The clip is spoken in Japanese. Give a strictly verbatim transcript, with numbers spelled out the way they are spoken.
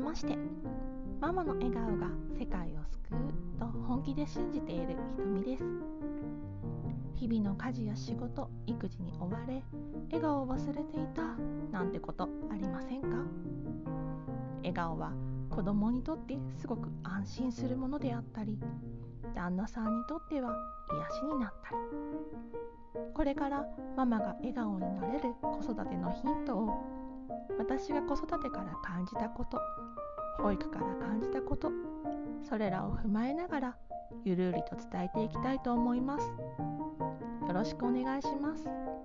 まして。ママの笑顔が世界を救うと本気で信じているひとみです。日々の家事や仕事、育児に追われ、笑顔を忘れていたなんてことありませんか？笑顔は子供にとってすごく安心するものであったり、旦那さんにとっては癒しになったり、これからママが笑顔になれる子育てのヒントを、私が子育てから感じたこと、保育から感じたこと、それらを踏まえながらゆるりと伝えていきたいと思います。よろしくお願いします。